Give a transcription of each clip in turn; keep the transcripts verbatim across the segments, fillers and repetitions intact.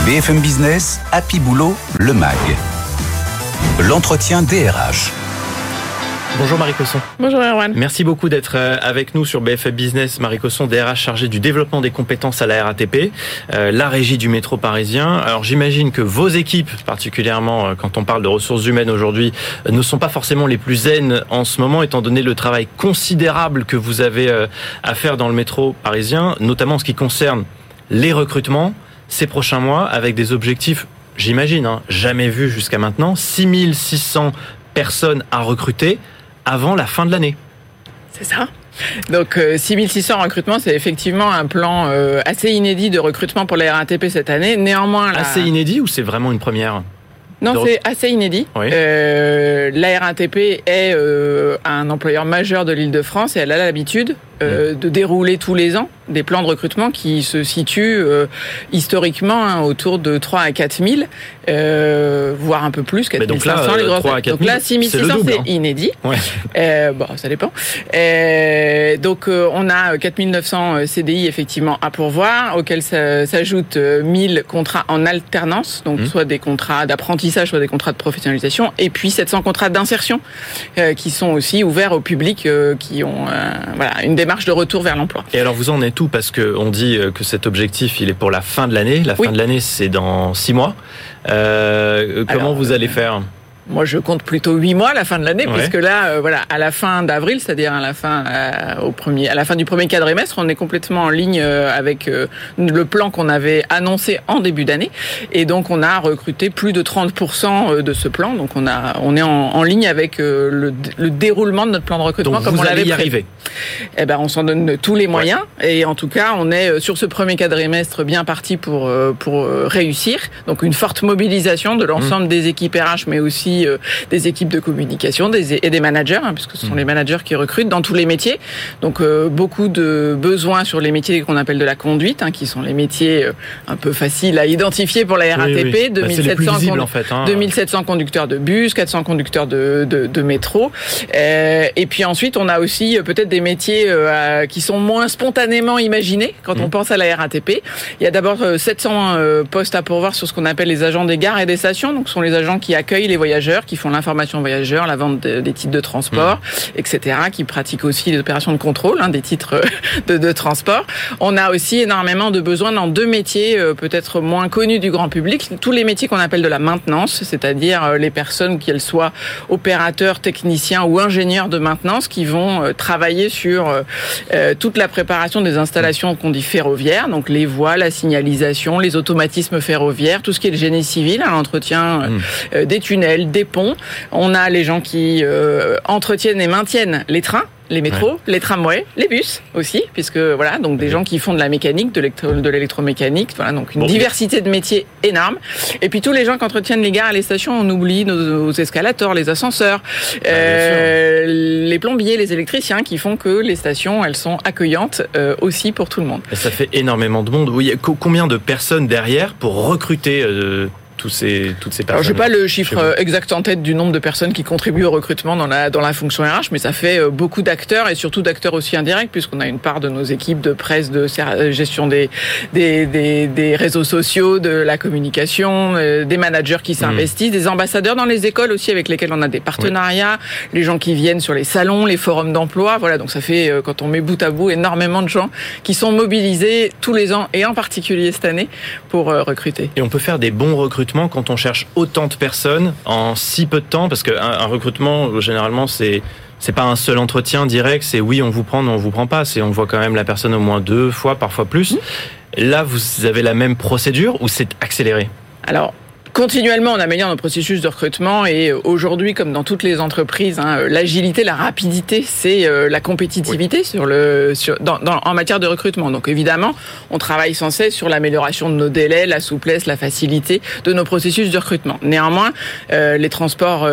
B F M Business, Happy Boulot, le M A G. L'entretien D R H. Bonjour Marie Cosson. Bonjour Erwan. Merci beaucoup d'être avec nous sur B F M Business. Marie Cosson, D R H chargée du développement des compétences à la R A T P, euh, la régie du métro parisien. Alors j'imagine que vos équipes, particulièrement quand on parle de ressources humaines aujourd'hui, ne sont pas forcément les plus zen en ce moment, étant donné le travail considérable que vous avez euh, à faire dans le métro parisien, notamment en ce qui concerne les recrutements ces prochains mois, avec des objectifs, j'imagine, hein, jamais vus jusqu'à maintenant, six mille six cents personnes à recruter avant la fin de l'année. C'est ça. Donc euh, six mille six cents recrutements, c'est effectivement un plan euh, assez inédit de recrutement pour la R A T P cette année. Néanmoins, la... Assez inédit ou c'est vraiment une première ? Non, c'est assez inédit. Oui. Euh, la R A T P est euh, un employeur majeur de l'Île-de-France et elle a l'habitude euh, mmh. de dérouler tous les ans des plans de recrutement qui se situent euh, historiquement hein, autour de trois à quatre mille, euh, voire un peu plus, quatre mille cinq cents les grosses. Donc là, six mille six cents, c'est, c'est inédit. Ouais. Euh, bon, ça dépend. Euh, donc euh, on a quatre mille neuf cents C D I effectivement à pourvoir, auxquels s'ajoutent mille contrats en alternance, donc mmh. soit des contrats d'apprentissage, soit des contrats de professionnalisation, et puis sept cents contrats d'insertion euh, qui sont aussi ouverts au public, euh, qui ont euh, voilà une démarche de retour vers l'emploi. Et alors vous en êtes où ? Parce que on dit que cet objectif il est pour la fin de l'année. La oui. fin de l'année c'est dans six mois. Euh, comment alors, vous allez faire ? Moi, je compte plutôt huit mois à la fin de l'année, ouais. puisque là, euh, voilà, à la fin d'avril, c'est-à-dire à la fin, euh, au premier, à la fin du premier quadrimestre, on est complètement en ligne euh, avec euh, le plan qu'on avait annoncé en début d'année, et donc on a recruté plus de trente pour cent de ce plan. Donc on a, on est en, en ligne avec euh, le, le déroulement de notre plan de recrutement donc comme vous on l'avait y prévu. Arriver. Eh ben, on s'en donne tous les moyens, ouais. et en tout cas, on est sur ce premier quadrimestre bien parti pour pour réussir. Donc une forte mobilisation de l'ensemble mmh. des équipes R H, mais aussi euh, des équipes de communication des, et des managers, hein, puisque ce sont mmh. les managers qui recrutent dans tous les métiers. Donc euh, beaucoup de besoins sur les métiers qu'on appelle de la conduite, hein, qui sont les métiers euh, un peu faciles à identifier pour la R A T P. Oui, oui. deux mille sept cents, bah, visible, en fait, hein. deux mille sept cents conducteurs de bus, quatre cents conducteurs de, de, de métro. Euh, et puis ensuite, on a aussi euh, peut-être des métiers euh, qui sont moins spontanément imaginés quand mmh. on pense à la R A T P. Il y a d'abord euh, sept cents euh, postes à pourvoir sur ce qu'on appelle les agents des gares et des stations. Donc ce sont les agents qui accueillent les voyageurs, qui font l'information voyageurs, la vente de, des titres de transport, mmh. et cetera, qui pratiquent aussi les opérations de contrôle hein, des titres de, de transport. On a aussi énormément de besoins dans deux métiers euh, peut-être moins connus du grand public, tous les métiers qu'on appelle de la maintenance, c'est-à-dire euh, les personnes, qu'elles soient opérateurs, techniciens ou ingénieurs de maintenance, qui vont euh, travailler sur euh, euh, toute la préparation des installations qu'on dit ferroviaires, donc les voies, la signalisation, les automatismes ferroviaires, tout ce qui est le génie civil, hein, l'entretien mmh. euh, des tunnels, des ponts. On a les gens qui euh, entretiennent et maintiennent les trains, les métros, ouais. les tramways, les bus aussi, puisque voilà, donc des ouais. gens qui font de la mécanique, de, l'électro, de l'électromécanique, voilà, donc une bon, diversité de métiers énorme. Et puis tous les gens qui entretiennent les gares et les stations, on oublie nos, nos escalators, les ascenseurs, ah, euh, les plombiers, les électriciens, qui font que les stations, elles sont accueillantes euh, aussi pour tout le monde. Et ça fait énormément de monde. Oui, combien de personnes derrière pour recruter euh... Tous ces, toutes ces personnes. Alors, j'ai pas le chiffre exact en tête du nombre de personnes qui contribuent au recrutement dans la, dans la fonction R H, mais ça fait beaucoup d'acteurs et surtout d'acteurs aussi indirects, puisqu'on a une part de nos équipes de presse, de gestion des, des, des, des réseaux sociaux, de la communication, des managers qui s'investissent, mmh. des ambassadeurs dans les écoles aussi avec lesquels on a des partenariats, oui. les gens qui viennent sur les salons, les forums d'emploi, voilà. Donc, ça fait, quand on met bout à bout, énormément de gens qui sont mobilisés tous les ans et en particulier cette année pour recruter. Et on peut faire des bons recrutements quand on cherche autant de personnes en si peu de temps, parce qu'un un recrutement généralement c'est c'est pas un seul entretien direct, c'est oui on vous prend, non on vous prend pas, c'est on voit quand même la personne au moins deux fois, parfois plus. Mmh. Là vous avez la même procédure ou c'est accéléré ? Alors continuellement, on améliore nos processus de recrutement et aujourd'hui, comme dans toutes les entreprises, hein, l'agilité, la rapidité, c'est euh, la compétitivité oui. sur le, sur, dans, dans, en matière de recrutement. Donc évidemment, on travaille sans cesse sur l'amélioration de nos délais, la souplesse, la facilité de nos processus de recrutement. Néanmoins, euh, les transports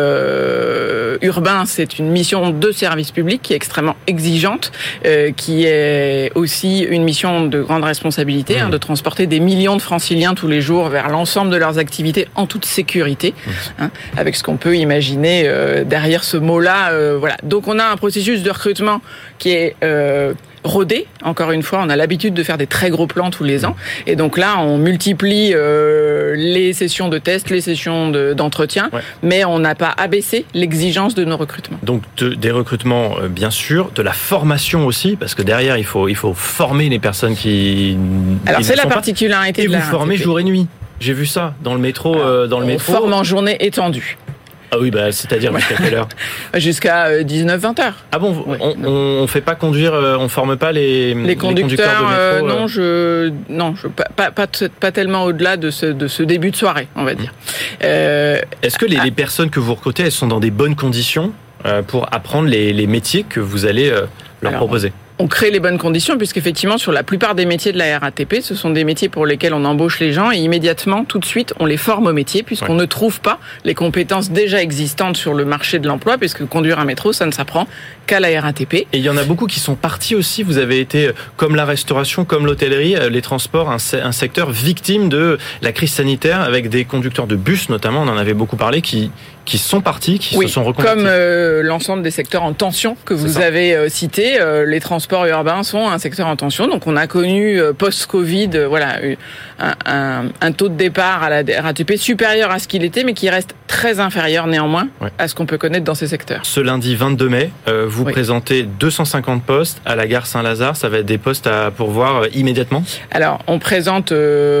euh, urbains, c'est une mission de service public qui est extrêmement exigeante, euh, qui est aussi une mission de grande responsabilité, mmh. hein, de transporter des millions de franciliens tous les jours vers l'ensemble de leurs activités en toute sécurité, hein, avec ce qu'on peut imaginer euh, derrière ce mot-là. Euh, voilà. Donc on a un processus de recrutement qui est euh, rodé. Encore une fois, on a l'habitude de faire des très gros plans tous les ans. Et donc là, on multiplie euh, les sessions de test, les sessions de, d'entretien, ouais. mais on n'a pas abaissé l'exigence de nos recrutements. Donc de, des recrutements, euh, bien sûr, de la formation aussi, parce que derrière, il faut, il faut former les personnes qui... Alors qui c'est la pas. particularité et de la vous formez jour et nuit. J'ai vu ça dans le métro. Alors, euh, dans le on métro. forme en journée étendue. Ah oui, bah, c'est-à-dire jusqu'à quelle heure? Jusqu'à dix-neuf vingt heures. Ah bon, oui. on, on fait pas conduire, on forme pas les, les, conducteurs, les conducteurs de métro euh, Non, je, non, je, pas, pas, pas, pas tellement au-delà de ce, de ce début de soirée, on va dire. Euh, Est-ce que les, ah, les personnes que vous recrutez, elles sont dans des bonnes conditions euh, pour apprendre les, les métiers que vous allez euh, leur alors, proposer? On crée les bonnes conditions puisqu'effectivement sur la plupart des métiers de la R A T P, ce sont des métiers pour lesquels on embauche les gens et immédiatement, tout de suite, on les forme au métier puisqu'on ouais. ne trouve pas les compétences déjà existantes sur le marché de l'emploi puisque conduire un métro, ça ne s'apprend qu'à la R A T P. Et il y en a beaucoup qui sont partis aussi. Vous avez été, comme la restauration, comme l'hôtellerie, les transports, un, un secteur victime de la crise sanitaire avec des conducteurs de bus notamment, on en avait beaucoup parlé, qui qui sont partis, qui oui, se sont reconvertis. Comme euh, l'ensemble des secteurs en tension que vous avez euh, cités, euh, les transports urbains sont un secteur en tension. Donc on a connu euh, post-Covid, euh, voilà, un, un, un taux de départ à la R A T P supérieur à ce qu'il était, mais qui reste très inférieur néanmoins ouais. à ce qu'on peut connaître dans ces secteurs. Ce lundi vingt-deux mai, euh, vous oui. présentez deux cent cinquante postes à la gare Saint-Lazare. Ça va être des postes à pourvoir euh, immédiatement? Alors on présente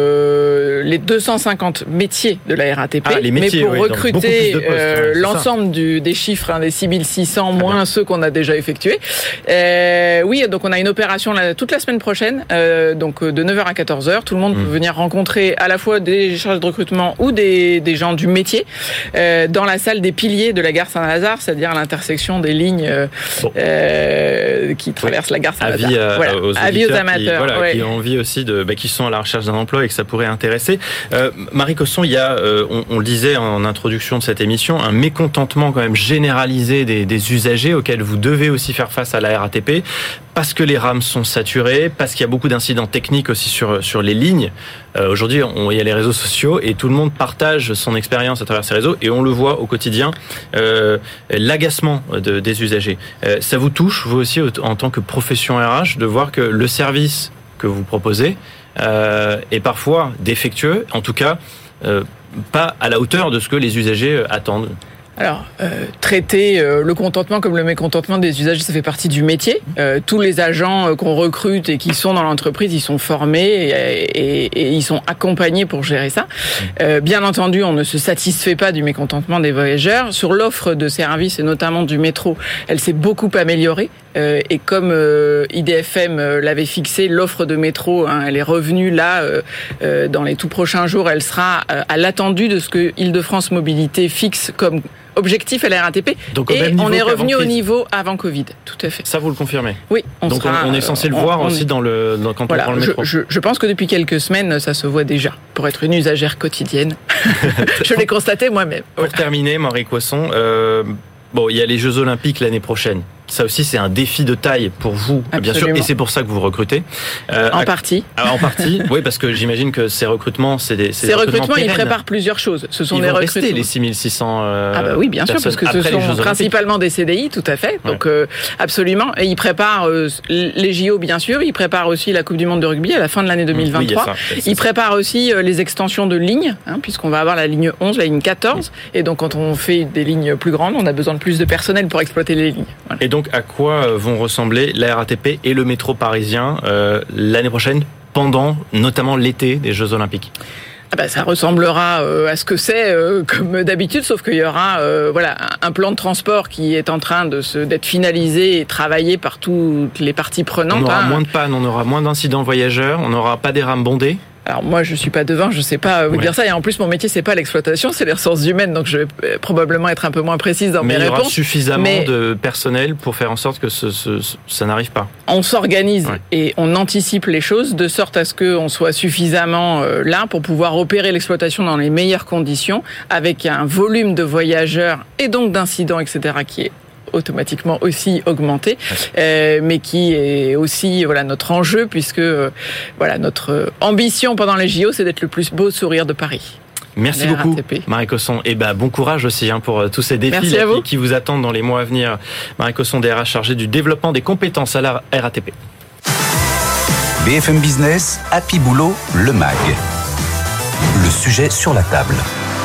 euh, les deux cent cinquante métiers de la R A T P, ah, les métiers, mais pour oui, recruter Euh, ouais, l'ensemble du, des chiffres, hein, des six mille six cents moins bien. Ceux qu'on a déjà effectués. Euh, oui, donc on a une opération là, toute la semaine prochaine, euh, donc de neuf heures à quatorze heures. Tout le monde mmh. peut venir rencontrer à la fois des charges de recrutement ou des, des gens du métier euh, dans la salle des piliers de la gare Saint-Lazare, c'est-à-dire à l'intersection des lignes euh, bon. euh, qui traversent oui. la gare Saint-Lazare. Avis, euh, voilà. aux, Avis aux amateurs. Qui, voilà, ouais. qui ont envie aussi de, bah, qui sont à la recherche d'un emploi et que ça pourrait intéresser. Euh, Marie Cosson, il y a, euh, on, on le disait en introduction de cette émission, un mécontentement quand même généralisé des, des usagers auxquels vous devez aussi faire face à la R A T P parce que les rames sont saturées, parce qu'il y a beaucoup d'incidents techniques aussi sur sur les lignes. Euh, aujourd'hui, on, il y a les réseaux sociaux et tout le monde partage son expérience à travers ces réseaux et on le voit au quotidien, euh, l'agacement de, des usagers. Euh, ça vous touche, vous aussi, en tant que profession R H, de voir que le service que vous proposez euh, est parfois défectueux, en tout cas euh, pas à la hauteur de ce que les usagers attendent? Alors, euh, traiter euh, le contentement comme le mécontentement des usagers, ça fait partie du métier. Euh, tous les agents euh, qu'on recrute et qui sont dans l'entreprise, ils sont formés et, et, et ils sont accompagnés pour gérer ça. Euh, bien entendu, on ne se satisfait pas du mécontentement des voyageurs. Sur l'offre de services et notamment du métro, elle s'est beaucoup améliorée. Euh, et comme euh, I D F M euh, l'avait fixé, l'offre de métro, hein, elle est revenue là euh, euh, dans les tout prochains jours. Elle sera euh, à l'attendu de ce que Île-de-France Mobilité fixe comme objectif à la R A T P. Donc, au et même on est revenu au niveau avant Covid, tout à fait. Ça, vous le confirmez? Oui. On Donc sera, on, on est censé le voir on, aussi on est... dans le dans, quand voilà, on prend le métro. Je, je, je pense que depuis quelques semaines, ça se voit déjà. Pour être une usagère quotidienne, je l'ai constaté moi-même. Pour voilà. terminer, Marie Cosson, euh, bon, il y a les Jeux Olympiques l'année prochaine. Ça aussi, c'est un défi de taille pour vous, Absolument. bien sûr, et c'est pour ça que vous recrutez. Euh, en partie. Alors, en partie, oui, parce que j'imagine que ces recrutements, c'est des, c'est ces des recrutements, recrutements ils préparent plusieurs choses. Ce sont ils des vont recrutements. Rester les six mille six cents. Euh, ah bah oui, bien sûr, parce que ce sont principalement des C D I, tout à fait. Donc ouais. euh, absolument. Et ils préparent euh, les J O, bien sûr. Ils préparent aussi la Coupe du Monde de rugby à la fin de l'année deux mille vingt-trois. Oui, il y a ça, ils préparent aussi euh, les extensions de lignes, hein, puisqu'on va avoir la ligne onze, la ligne quatorze. Oui. Et donc, quand on fait des lignes plus grandes, on a besoin de plus de personnel pour exploiter les lignes. Voilà. Et donc, à quoi vont ressembler la R A T P et le métro parisien euh, l'année prochaine, pendant notamment l'été des Jeux Olympiques? Ah bah, ça ressemblera euh, à ce que c'est euh, comme d'habitude, sauf qu'il y aura euh, voilà un plan de transport qui est en train de se d'être finalisé et travaillé par toutes les parties prenantes. On aura hein. moins de pannes, on aura moins d'incidents voyageurs, on n'aura pas des rames bondées. Alors moi je suis pas devin, je sais pas vous ouais. dire ça, et en plus mon métier c'est pas l'exploitation, c'est les ressources humaines, donc je vais probablement être un peu moins précise dans mais mes réponses. Mais il y aura suffisamment Mais de personnel pour faire en sorte que ce, ce, ça n'arrive pas. On s'organise ouais. et on anticipe les choses de sorte à ce qu'on soit suffisamment là pour pouvoir opérer l'exploitation dans les meilleures conditions, avec un volume de voyageurs et donc d'incidents, et cetera qui est automatiquement aussi augmenté, euh, mais qui est aussi voilà notre enjeu puisque euh, voilà notre ambition pendant les J O, c'est d'être le plus beau sourire de Paris. Merci beaucoup, Marie Cosson. Et ben bon courage aussi hein, pour tous ces défis là, qui, qui vous attendent dans les mois à venir. Marie Cosson, D R H chargée du développement des compétences à la R A T P. B F M Business, Happy Boulot, le M A G. Le sujet sur la table.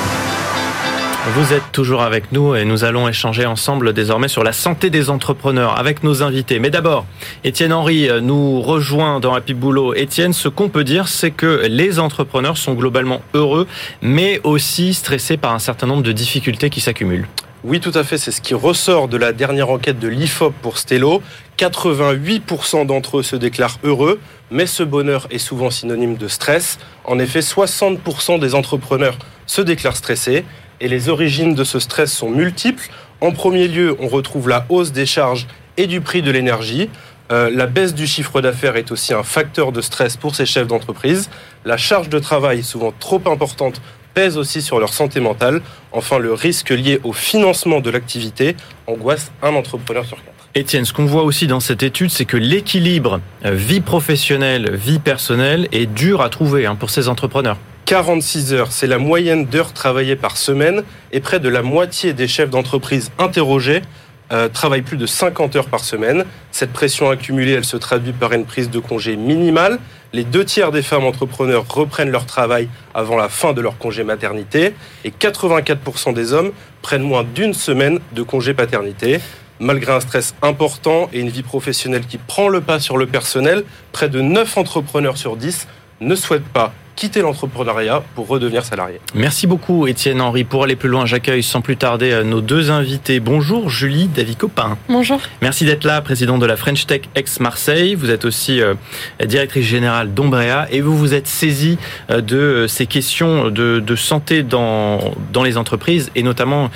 Vous êtes toujours avec nous et nous allons échanger ensemble désormais sur la santé des entrepreneurs avec nos invités. Mais d'abord, Étienne Henry nous rejoint dans Happy Boulot. Étienne, ce qu'on peut dire, c'est que les entrepreneurs sont globalement heureux, mais aussi stressés par un certain nombre de difficultés qui s'accumulent. Oui, tout à fait. C'est ce qui ressort de la dernière enquête de l'I F O P pour Stello. quatre-vingt-huit pour cent d'entre eux se déclarent heureux, mais ce bonheur est souvent synonyme de stress. En effet, soixante pour cent des entrepreneurs se déclarent stressés. Et les origines de ce stress sont multiples. En premier lieu, on retrouve la hausse des charges et du prix de l'énergie. Euh, la baisse du chiffre d'affaires est aussi un facteur de stress pour ces chefs d'entreprise. La charge de travail, souvent trop importante, pèse aussi sur leur santé mentale. Enfin, le risque lié au financement de l'activité angoisse un entrepreneur sur quatre. Étienne, ce qu'on voit aussi dans cette étude, c'est que l'équilibre vie professionnelle, vie personnelle est dur à trouver hein, pour ces entrepreneurs. quarante-six heures, c'est la moyenne d'heures travaillées par semaine et près de la moitié des chefs d'entreprise interrogés euh, travaillent plus de cinquante heures par semaine. Cette pression accumulée, elle se traduit par une prise de congé minimale. Les deux tiers des femmes entrepreneurs reprennent leur travail avant la fin de leur congé maternité et quatre-vingt-quatre pour cent des hommes prennent moins d'une semaine de congé paternité. Malgré un stress important et une vie professionnelle qui prend le pas sur le personnel, près de neuf entrepreneurs sur dix ne souhaitent pas quitter l'entrepreneuriat pour redevenir salarié. Merci beaucoup Étienne Henry. Pour aller plus loin, j'accueille sans plus tarder nos deux invités. Bonjour Julie Davy-Copin. Bonjour. Merci d'être là, présidente de la French Tech ex-Marseille. Vous êtes aussi euh, directrice générale d'Ombrea et vous vous êtes saisie euh, de ces questions de, de santé dans, dans les entreprises et notamment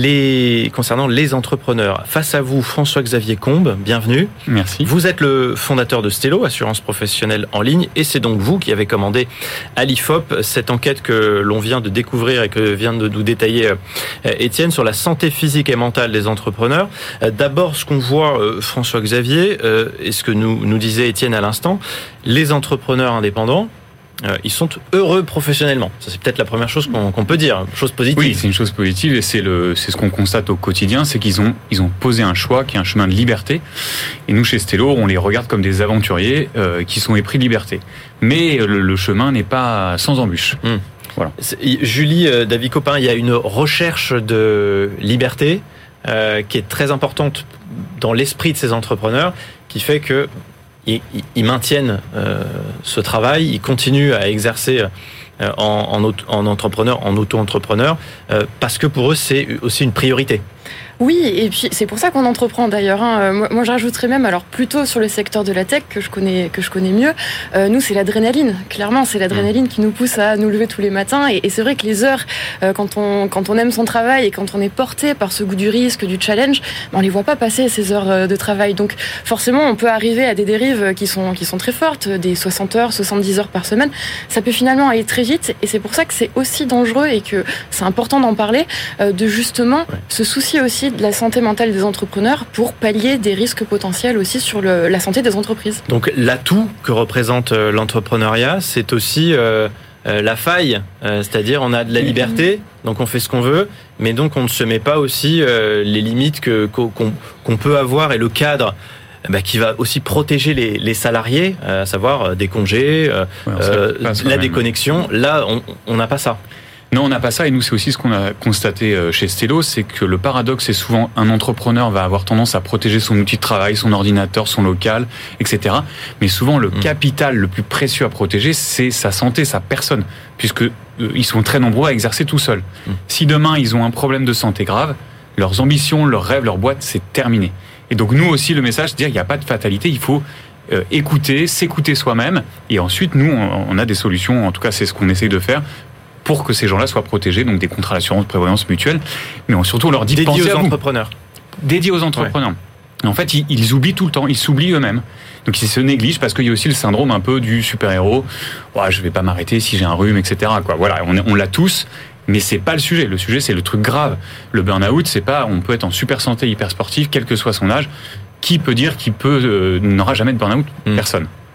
les, concernant les entrepreneurs. Face à vous, François-Xavier Combe, bienvenue. Merci. Vous êtes le fondateur de Stello, assurance professionnelle en ligne, et c'est donc vous qui avez commandé à l'I F O P, cette enquête que l'on vient de découvrir et que vient de nous détailler Étienne sur la santé physique et mentale des entrepreneurs. D'abord, ce qu'on voit, François-Xavier, et ce que nous, nous disait Étienne à l'instant, les entrepreneurs indépendants, Euh, ils sont heureux professionnellement. Ça, c'est peut-être la première chose qu'on, qu'on peut dire, chose positive. Oui, c'est une chose positive et c'est le, c'est ce qu'on constate au quotidien, c'est qu'ils ont, ils ont posé un choix qui est un chemin de liberté. Et nous, chez Stello, on les regarde comme des aventuriers euh, qui sont épris de liberté. Mais le, le chemin n'est pas sans embûches. Mmh. Voilà. Julie euh, Davy-Copin, il y a une recherche de liberté euh, qui est très importante dans l'esprit de ces entrepreneurs, qui fait que Ils, ils maintiennent euh, ce travail, ils continuent à exercer euh, en, en, en entrepreneur, en auto-entrepreneur, euh, parce que pour eux, c'est aussi une priorité. Oui, et puis c'est pour ça qu'on entreprend d'ailleurs. Hein. Moi, moi, je rajouterais même, alors plutôt sur le secteur de la tech que je connais, que je connais mieux. Euh, nous, c'est l'adrénaline. Clairement, c'est l'adrénaline qui nous pousse à nous lever tous les matins. Et, et c'est vrai que les heures, euh, quand on quand on aime son travail et quand on est porté par ce goût du risque, du challenge, ben, on les voit pas passer ces heures de travail. Donc forcément, on peut arriver à des dérives qui sont qui sont très fortes, des soixante heures, soixante-dix heures par semaine. Ça peut finalement aller très vite. Et c'est pour ça que c'est aussi dangereux et que c'est important d'en parler, euh, de justement ouais. se soucier aussi de la santé mentale des entrepreneurs pour pallier des risques potentiels aussi sur le, la santé des entreprises. Donc l'atout que représente l'entrepreneuriat, c'est aussi euh, euh, la faille, euh, c'est-à-dire on a de la liberté, donc on fait ce qu'on veut, mais donc on ne se met pas aussi euh, les limites que, qu'on, qu'on peut avoir et le cadre bah, qui va aussi protéger les, les salariés, à savoir des congés, ouais, euh, la déconnexion. Là, on n'a pas ça. Non, on n'a pas ça, et nous, c'est aussi ce qu'on a constaté chez Stello, c'est que le paradoxe, c'est souvent un entrepreneur va avoir tendance à protéger son outil de travail, son ordinateur, son local, et cetera. Mais souvent, le mmh. capital le plus précieux à protéger, c'est sa santé, sa personne, puisque euh, ils sont très nombreux à exercer tout seuls. Mmh. Si demain, ils ont un problème de santé grave, leurs ambitions, leurs rêves, leur boîte, c'est terminé. Et donc, nous aussi, le message, c'est de dire qu'il n'y a pas de fatalité, il faut euh, écouter, s'écouter soi-même, et ensuite, nous, on, on a des solutions, en tout cas, c'est ce qu'on essaye de faire, pour que ces gens-là soient protégés, donc des contrats d'assurance prévoyance mutuelle, mais on, surtout on leur dit de penser aux à vous. entrepreneurs. Dédiés aux entrepreneurs. Ouais. En fait, ils, ils oublient tout le temps, ils s'oublient eux-mêmes. Donc ils se négligent parce qu'il y a aussi le syndrome un peu du super-héros. Ouais, je vais pas m'arrêter si j'ai un rhume, et cetera. Quoi. Voilà, on, on l'a tous, mais c'est pas le sujet. Le sujet, c'est le truc grave. Le burn-out, c'est pas, on peut être en super santé, hyper sportif, quel que soit son âge. Qui peut dire qu'il peut euh, n'aura jamais de burn-out ? mmh. Personne.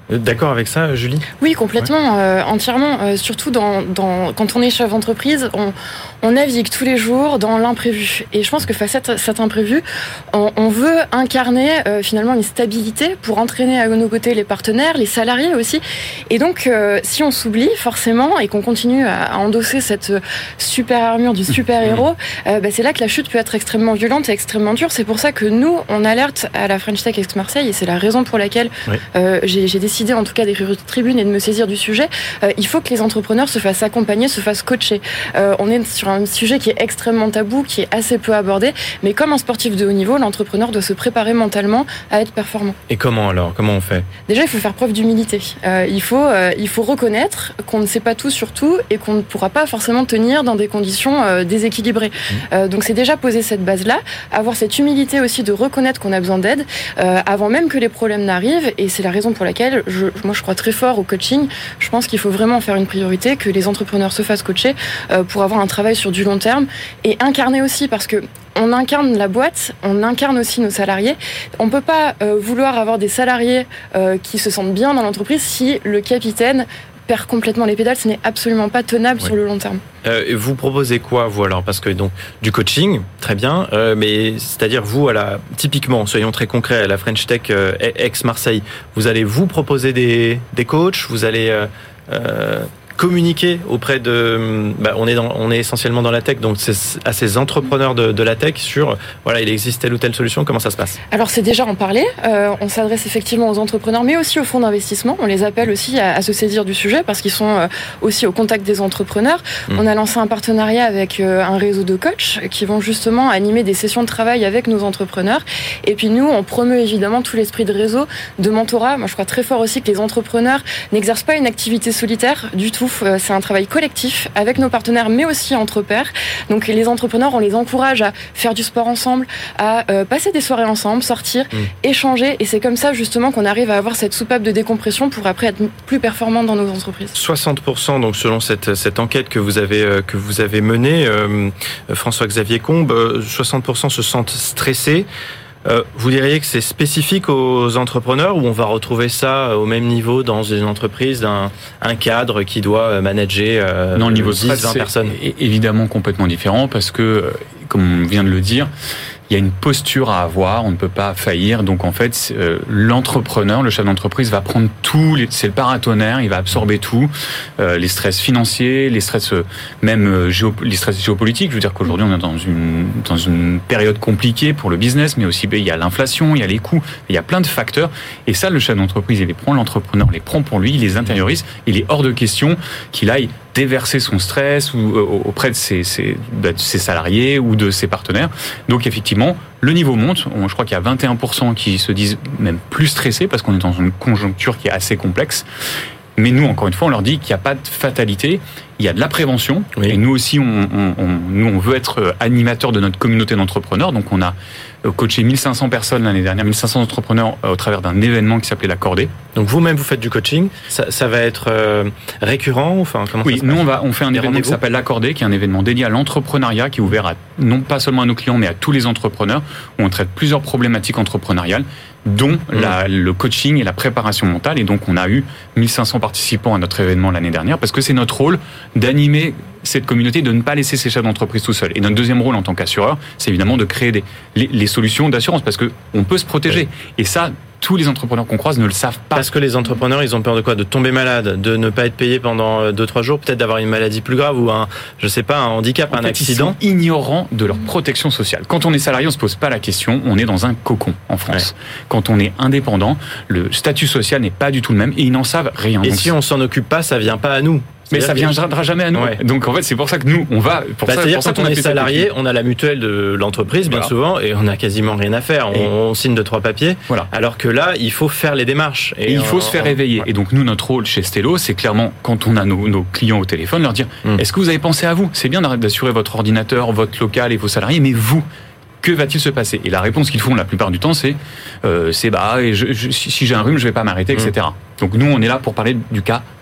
D'accord avec ça, Julie ? Oui, complètement, ouais. euh, entièrement. Euh, surtout dans, dans, quand on est chef d'entreprise, on, on navigue tous les jours dans l'imprévu. Et je pense que face à cet imprévu, on, on veut incarner euh, finalement une stabilité pour entraîner à nos côtés les partenaires, les salariés aussi. Et donc, euh, si on s'oublie forcément et qu'on continue à, à endosser cette super armure du super-héros, euh, bah, c'est là que la chute peut être extrêmement violente et extrêmement dure. C'est pour ça que nous, on alerte à la French Tech Aix-Marseille, et c'est la raison pour laquelle oui. euh, j'ai, j'ai décidé en tout cas d'écrire une tribune et de me saisir du sujet. Euh, il faut que les entrepreneurs se fassent accompagner, se fassent coacher. Euh, on est sur un sujet qui est extrêmement tabou, qui est assez peu abordé, mais comme un sportif de haut niveau, l'entrepreneur doit se préparer mentalement à être performant. Et comment alors ? Comment on fait ? Déjà, il faut faire preuve d'humilité. Euh, il faut, euh, il faut reconnaître qu'on ne sait pas tout sur tout et qu'on ne pourra pas forcément tenir dans des conditions euh, déséquilibrées. Mmh. Euh, donc c'est déjà poser cette base-là, avoir cette humilité aussi de reconnaître qu'on a besoin d'aide euh, avant même que les problèmes n'arrivent, et c'est la raison pour laquelle Je, moi, je crois très fort au coaching. Je pense qu'il faut vraiment faire une priorité, que les entrepreneurs se fassent coacher euh, pour avoir un travail sur du long terme et incarner aussi, parce que on incarne la boîte, on incarne aussi nos salariés. On peut pas euh, vouloir avoir des salariés euh, qui se sentent bien dans l'entreprise si le capitaine perd complètement les pédales. Ce n'est absolument pas tenable oui. sur le long terme. Euh, vous proposez quoi, vous alors ? Parce que donc du coaching, très bien, euh, mais c'est-à-dire vous, à la, typiquement, soyons très concrets, à la French Tech euh, Aix-Marseille, vous allez vous proposer des, des coachs, vous allez euh, euh, communiquer auprès de, bah, on est dans, on est essentiellement dans la tech, donc c'est à ces entrepreneurs de, de la tech sur, voilà, il existe telle ou telle solution. Comment ça se passe ? Alors c'est déjà en parler. Euh, on s'adresse effectivement aux entrepreneurs, mais aussi aux fonds d'investissement. On les appelle aussi à, à se saisir du sujet parce qu'ils sont euh, aussi au contact des entrepreneurs. Mmh. On a lancé un partenariat avec euh, un réseau de coachs qui vont justement animer des sessions de travail avec nos entrepreneurs. Et puis nous, on promeut évidemment tout l'esprit de réseau, de mentorat. Moi, je crois très fort aussi que les entrepreneurs n'exercent pas une activité solitaire du tout. C'est un travail collectif avec nos partenaires, mais aussi entre pairs. Donc les entrepreneurs, on les encourage à faire du sport ensemble, à euh, passer des soirées ensemble, sortir, mmh. échanger. Et c'est comme ça justement qu'on arrive à avoir cette soupape de décompression pour après être plus performant dans nos entreprises. soixante pour cent, donc selon cette, cette enquête que vous avez, euh, que vous avez menée, euh, François-Xavier Combe, euh, soixante pour cent se sentent stressés. Euh, vous diriez que c'est spécifique aux entrepreneurs, ou on va retrouver ça au même niveau dans une entreprise, d'un un cadre qui doit manager euh, non, le niveau dix, vingt personnes ? C'est évidemment complètement différent parce que, comme on vient de le dire, il y a une posture à avoir, on ne peut pas faillir. Donc en fait, euh, l'entrepreneur, le chef d'entreprise va prendre tout, les, c'est le paratonnerre, il va absorber tout, euh, les stress financiers, les stress euh, même euh, géo, les stress géopolitiques. Je veux dire qu'aujourd'hui on est dans une dans une période compliquée pour le business, mais aussi ben, il y a l'inflation, il y a les coûts, il y a plein de facteurs. Et ça, le chef d'entreprise, il les prend, l'entrepreneur les prend pour lui, il les intériorise. Il est hors de question qu'il aille déverser son stress ou euh, auprès de ses, ses, de ses salariés ou de ses partenaires. Donc effectivement, le niveau monte. Je crois qu'il y a vingt et un pour cent qui se disent même plus stressés parce qu'on est dans une conjoncture qui est assez complexe. Mais nous, encore une fois, on leur dit qu'il n'y a pas de fatalité, il y a de la prévention. Oui. Et nous aussi, on, on, on, nous, on veut être animateurs de notre communauté d'entrepreneurs. Donc, on a coaché mille cinq cents personnes l'année dernière, mille cinq cents entrepreneurs au travers d'un événement qui s'appelait la Cordée. Donc, vous-même, vous faites du coaching. Ça, ça va être euh, récurrent, enfin, comment oui, ça se nous, passe ? on va, on fait un Des événement qui s'appelle la Cordée, qui est un événement dédié à l'entrepreneuriat, qui est ouvert à, non pas seulement à nos clients, mais à tous les entrepreneurs, où on traite plusieurs problématiques entrepreneuriales, dont mmh. la, le coaching et la préparation mentale. Et donc, on a eu mille cinq cents participants à notre événement l'année dernière, parce que c'est notre rôle d'animer cette communauté, de ne pas laisser ces chefs d'entreprise tout seuls. Et notre deuxième rôle en tant qu'assureur, c'est évidemment de créer des, les, les solutions d'assurance, parce que on peut se protéger. Et ça, tous les entrepreneurs qu'on croise ne le savent pas. Parce que les entrepreneurs, ils ont peur de quoi ? De tomber malade, de ne pas être payé pendant deux trois jours, peut-être d'avoir une maladie plus grave ou un, je sais pas, un handicap, en un fait, accident. Ils sont ignorants de leur protection sociale. Quand on est salarié, on se pose pas la question. On est dans un cocon en France. Ouais. Quand on est indépendant, le statut social n'est pas du tout le même et ils n'en savent rien. Et Donc, si on s'en occupe pas, ça vient pas à nous. Mais ça viendra jamais à nous. Ouais. Donc en fait, c'est pour ça que nous, on va. Pour bah, ça, c'est-à-dire pour ça quand on, on est salarié, on a la mutuelle de l'entreprise bien voilà. souvent, et on a quasiment rien à faire. On, on signe deux trois papiers. Voilà. Alors que là, il faut faire les démarches. Et, et il faut on, se faire réveiller. Ouais. Et donc nous, notre rôle chez Stello, c'est clairement quand on a nos, nos clients au téléphone, leur dire hum. est-ce que vous avez pensé à vous ? C'est bien d'assurer votre ordinateur, votre local et vos salariés, mais vous. Que va-t-il se passer ? Et la réponse qu'ils font la plupart du temps, c'est euh, c'est bah, et je, je, si j'ai un rhume, je vais pas m'arrêter, mmh. et cetera. Donc nous, on est là pour parler du cas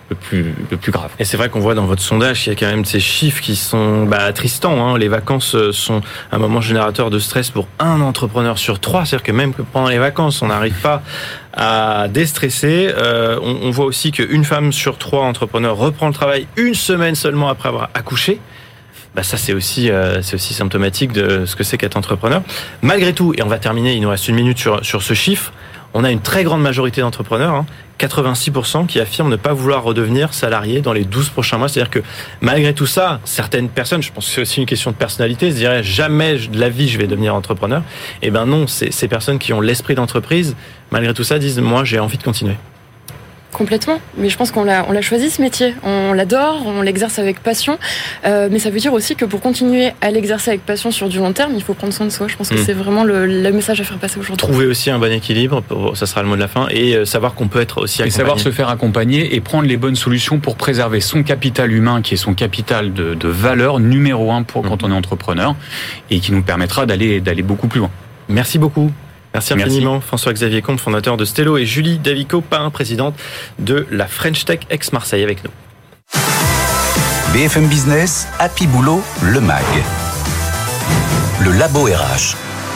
le plus, le plus grave. Et c'est vrai qu'on voit dans votre sondage qu'il y a quand même ces chiffres qui sont bah, attristants. Hein. Les vacances sont un moment générateur de stress pour un entrepreneur sur trois. C'est-à-dire que même pendant les vacances, on n'arrive pas à déstresser. Euh, on, on voit aussi qu'une femme sur trois entrepreneurs reprend le travail une semaine seulement après avoir accouché. Bah ça c'est aussi euh, c'est aussi symptomatique de ce que c'est qu'être entrepreneur. Malgré tout, et on va terminer, il nous reste une minute sur sur ce chiffre. On a une très grande majorité d'entrepreneurs, hein, quatre-vingt-six pour cent, qui affirment ne pas vouloir redevenir salariés dans les douze prochains mois. C'est-à-dire que malgré tout ça, certaines personnes, je pense que c'est aussi une question de personnalité, se diraient jamais de la vie je vais devenir entrepreneur. Eh ben non, c'est ces personnes qui ont l'esprit d'entreprise, malgré tout ça, disent moi j'ai envie de continuer. Complètement, mais je pense qu'on l'a, on l'a choisi ce métier, on l'adore, on l'exerce avec passion, euh, mais ça veut dire aussi que pour continuer à l'exercer avec passion sur du long terme, il faut prendre soin de soi. Je pense que mmh. c'est vraiment le, le message à faire passer aujourd'hui. Trouver aussi un bon équilibre, ça sera le mot de la fin, et savoir qu'on peut être aussi accompagné. Et savoir se faire accompagner et prendre les bonnes solutions pour préserver son capital humain, qui est son capital de, de valeur numéro un pour mmh. quand on est entrepreneur, et qui nous permettra d'aller, d'aller beaucoup plus loin. Merci beaucoup. Merci infiniment, Merci. François-Xavier Comte, fondateur de Stello, et Julie Davico-Pain, présidente de la French Tech ex-Marseille, avec nous. B F M Business, Happy Boulot, le M A G. Le Labo R H.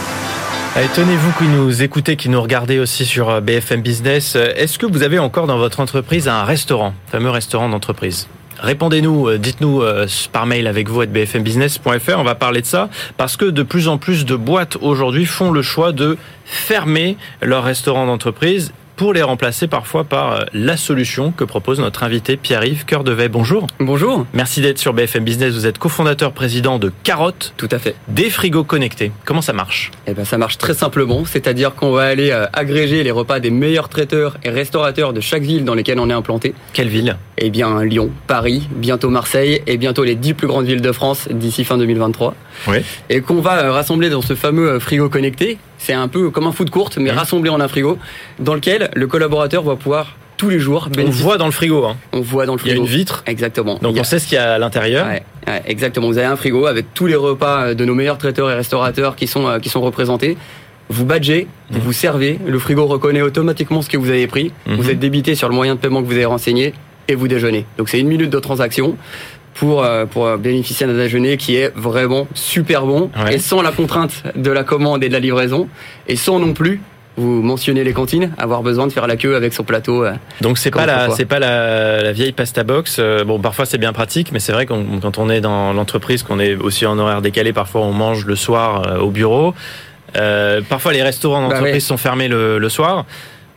Allez, tenez-vous qui nous écoutez, qui nous regardez aussi sur B F M Business. Est-ce que vous avez encore dans votre entreprise un restaurant, fameux restaurant d'entreprise ? Répondez-nous, dites-nous par mail avec vous à b f m business point f r. On va parler de ça parce que de plus en plus de boîtes aujourd'hui font le choix de fermer leur restaurant d'entreprise pour les remplacer parfois par la solution que propose notre invité Pierre-Yves Coeur-Devet. Bonjour. Bonjour. Merci d'être sur B F M Business. Vous êtes cofondateur, président de Carotte. Tout à fait. Des frigos connectés. Comment ça marche ? Eh ben, ça marche très simplement. C'est-à-dire qu'on va aller euh, agréger les repas des meilleurs traiteurs et restaurateurs de chaque ville dans lesquelles on est implanté. Quelle ville ? Eh bien, Lyon, Paris, bientôt Marseille et bientôt les dix plus grandes villes de France d'ici fin deux mille vingt-trois. Oui. Et qu'on va rassembler dans ce fameux frigo connecté. C'est un peu comme un food court, mais mmh. rassemblé en un frigo, dans lequel le collaborateur va pouvoir tous les jours bénéficier. On voit dans le frigo. Hein. On voit dans le frigo. Il y a une vitre. Exactement. Donc a... on sait ce qu'il y a à l'intérieur. Ouais, ouais, exactement. Vous avez un frigo avec tous les repas de nos meilleurs traiteurs et restaurateurs qui sont, qui sont représentés. Vous badgez, mmh. vous servez, le frigo reconnaît automatiquement ce que vous avez pris, mmh. vous êtes débité sur le moyen de paiement que vous avez renseigné et vous déjeunez. Donc c'est une minute de transaction pour, pour bénéficier d'un déjeuner qui est vraiment super bon ouais. et sans la contrainte de la commande et de la livraison et sans non plus, vous mentionnez les cantines, avoir besoin de faire la queue avec son plateau. Donc c'est pas la, c'est pas la, la vieille pasta box. Bon, parfois c'est bien pratique, mais c'est vrai que quand on est dans l'entreprise, qu'on est aussi en horaire décalé, parfois on mange le soir au bureau. Euh, parfois les restaurants d'entreprise bah ouais. sont fermés le, le soir.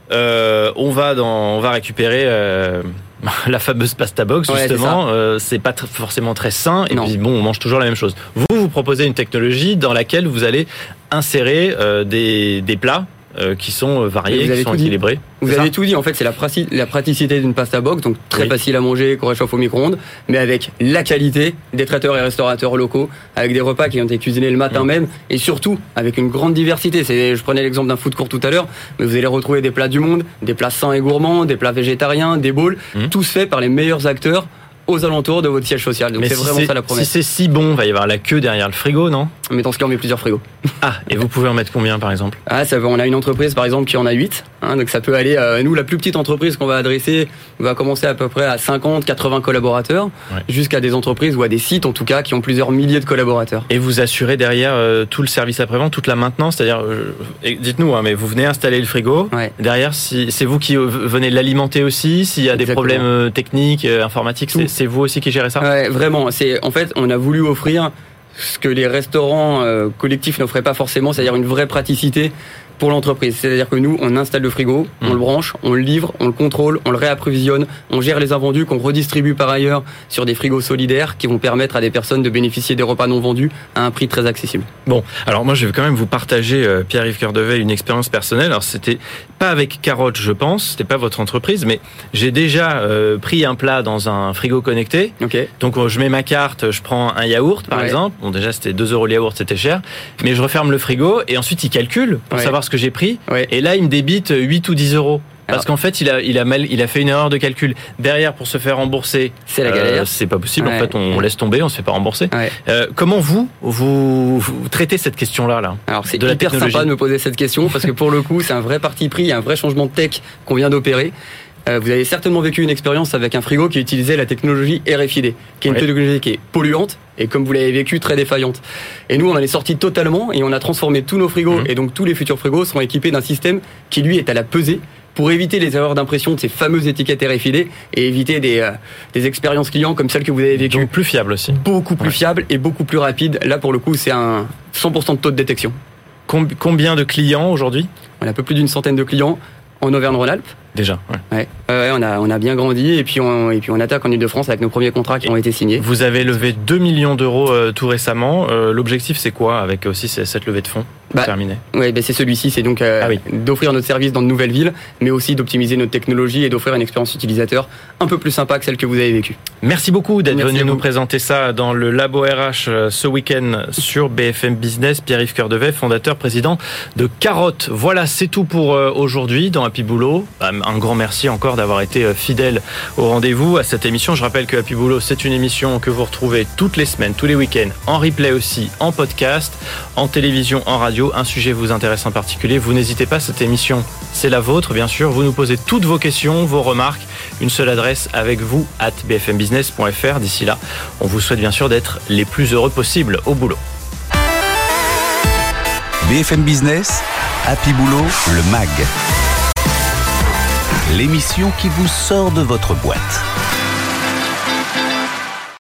Euh, on va dans, on va récupérer euh, la fameuse pasta box justement. Ouais, c'est, euh, c'est pas t- forcément très sain. Et non. puis bon, on mange toujours la même chose. Vous, vous proposez une technologie dans laquelle vous allez insérer euh, des, des plats euh, qui sont variés, qui sont équilibrés. Dit. Vous avez tout dit. En fait, c'est la, praci- la praticité d'une pasta box, donc très oui. facile à manger, qu'on réchauffe au micro-ondes, mais avec la qualité des traiteurs et restaurateurs locaux, avec des repas qui ont été cuisinés le matin mmh. même, et surtout avec une grande diversité. C'est, je prenais l'exemple d'un food court tout à l'heure, mais vous allez retrouver des plats du monde, des plats sains et gourmands, des plats végétariens, des bowls, mmh. tous faits par les meilleurs acteurs aux alentours de votre siège social. Donc mais c'est si vraiment c'est, ça la promesse. Si c'est si bon, il va y avoir la queue derrière le frigo, non ? Mais dans ce cas, on met plusieurs frigos. Ah, et vous pouvez en mettre combien par exemple ? Ah, ça va, on a une entreprise par exemple qui en a huit. Hein, donc ça peut aller. Euh, nous, la plus petite entreprise qu'on va adresser va commencer à peu près à cinquante, quatre-vingts collaborateurs, ouais. jusqu'à des entreprises ou à des sites en tout cas qui ont plusieurs milliers de collaborateurs. Et vous assurez derrière euh, tout le service après-vente, toute la maintenance, c'est-à-dire, euh, dites-nous, hein, mais vous venez installer le frigo. Ouais. Derrière, si, c'est vous qui venez l'alimenter aussi. S'il y a Exactement. des problèmes techniques, euh, informatiques, c'est, c'est vous aussi qui gérez ça ? Ouais, vraiment. C'est en fait, on a voulu offrir ce que les restaurants euh, collectifs n'offraient pas forcément, c'est-à-dire une vraie praticité pour l'entreprise. C'est-à-dire que nous, on installe le frigo, mmh. on le branche, on le livre, on le contrôle, on le réapprovisionne, on gère les invendus qu'on redistribue par ailleurs sur des frigos solidaires qui vont permettre à des personnes de bénéficier des repas non vendus à un prix très accessible. Bon, alors moi je vais quand même vous partager, euh, Pierre-Yves Coeur-Devet, une expérience personnelle. Alors c'était pas avec Carotte, je pense, c'était pas votre entreprise, mais j'ai déjà euh, pris un plat dans un frigo connecté. Okay. Donc euh, je mets ma carte, je prends un yaourt par ouais. exemple. Bon déjà c'était deux euros le yaourt, c'était cher. Mais je referme le frigo et ensuite il calcule pour ouais. savoir ce que j'ai pris. Ouais. Et là il me débite huit ou dix euros. Parce Alors, qu'en fait, il a, il a mal, il a fait une erreur de calcul. Derrière, pour se faire rembourser, c'est la galère. Euh, c'est pas possible. Ouais. En fait, on, on laisse tomber, on se fait pas rembourser. Ouais. Euh, comment vous, vous, vous traitez cette question-là, là Alors, c'est de hyper sympa de me poser cette question parce que pour le coup, c'est un vrai parti pris, il y a un vrai changement de tech qu'on vient d'opérer. euh, vous avez certainement vécu une expérience avec un frigo qui utilisait la technologie R F I D, qui est une Ouais. technologie qui est polluante et, comme vous l'avez vécu, très défaillante. Et nous, on en est sorti totalement et on a transformé tous nos frigos, Mmh. et donc tous les futurs frigos seront équipés d'un système qui, lui, est à la pesée, pour éviter les erreurs d'impression de ces fameuses étiquettes R F I D et éviter des, euh, des expériences clients comme celles que vous avez vécues. Donc plus fiable aussi. Beaucoup plus Ouais. fiable et beaucoup plus rapide. Là, pour le coup, c'est un cent pour cent de taux de détection. Com- combien de clients aujourd'hui? On a un peu plus d'une centaine de clients en Auvergne-Rhône-Alpes. Déjà. Ouais. Ouais, ouais, on a on a bien grandi et puis on et puis on attaque en Ile-de-France avec nos premiers contrats qui ont été signés. Vous avez levé deux millions d'euros euh, tout récemment. Euh, L'objectif, c'est quoi avec aussi c- cette levée de fonds? Bah, Terminé. Ouais, ben c'est celui-ci, c'est donc euh, Ah oui. d'offrir notre service dans de nouvelles villes, mais aussi d'optimiser notre technologie et d'offrir une expérience utilisateur un peu plus sympa que celle que vous avez vécue. Merci beaucoup d'être Merci venu à nous vous. présenter ça dans le Labo R H euh, ce week-end sur B F M Business. Pierre-Yves Coeur-Devet, fondateur, président de Carotte. Voilà, c'est tout pour euh, aujourd'hui dans Happy Boulot. Euh, Un grand merci encore d'avoir été euh, fidèle au rendez-vous à cette émission. Je rappelle que Happy Boulot, c'est une émission que vous retrouvez toutes les semaines, tous les week-ends, en replay aussi, en podcast, en télévision, en radio. Un sujet vous intéresse en particulier, vous n'hésitez pas, cette émission, c'est la vôtre, bien sûr. Vous nous posez toutes vos questions, vos remarques. Une seule adresse avec vous, at b f m business point f r. D'ici là, on vous souhaite bien sûr d'être les plus heureux possibles au boulot. B F M Business, Happy Boulot, le M A G. L'émission qui vous sort de votre boîte.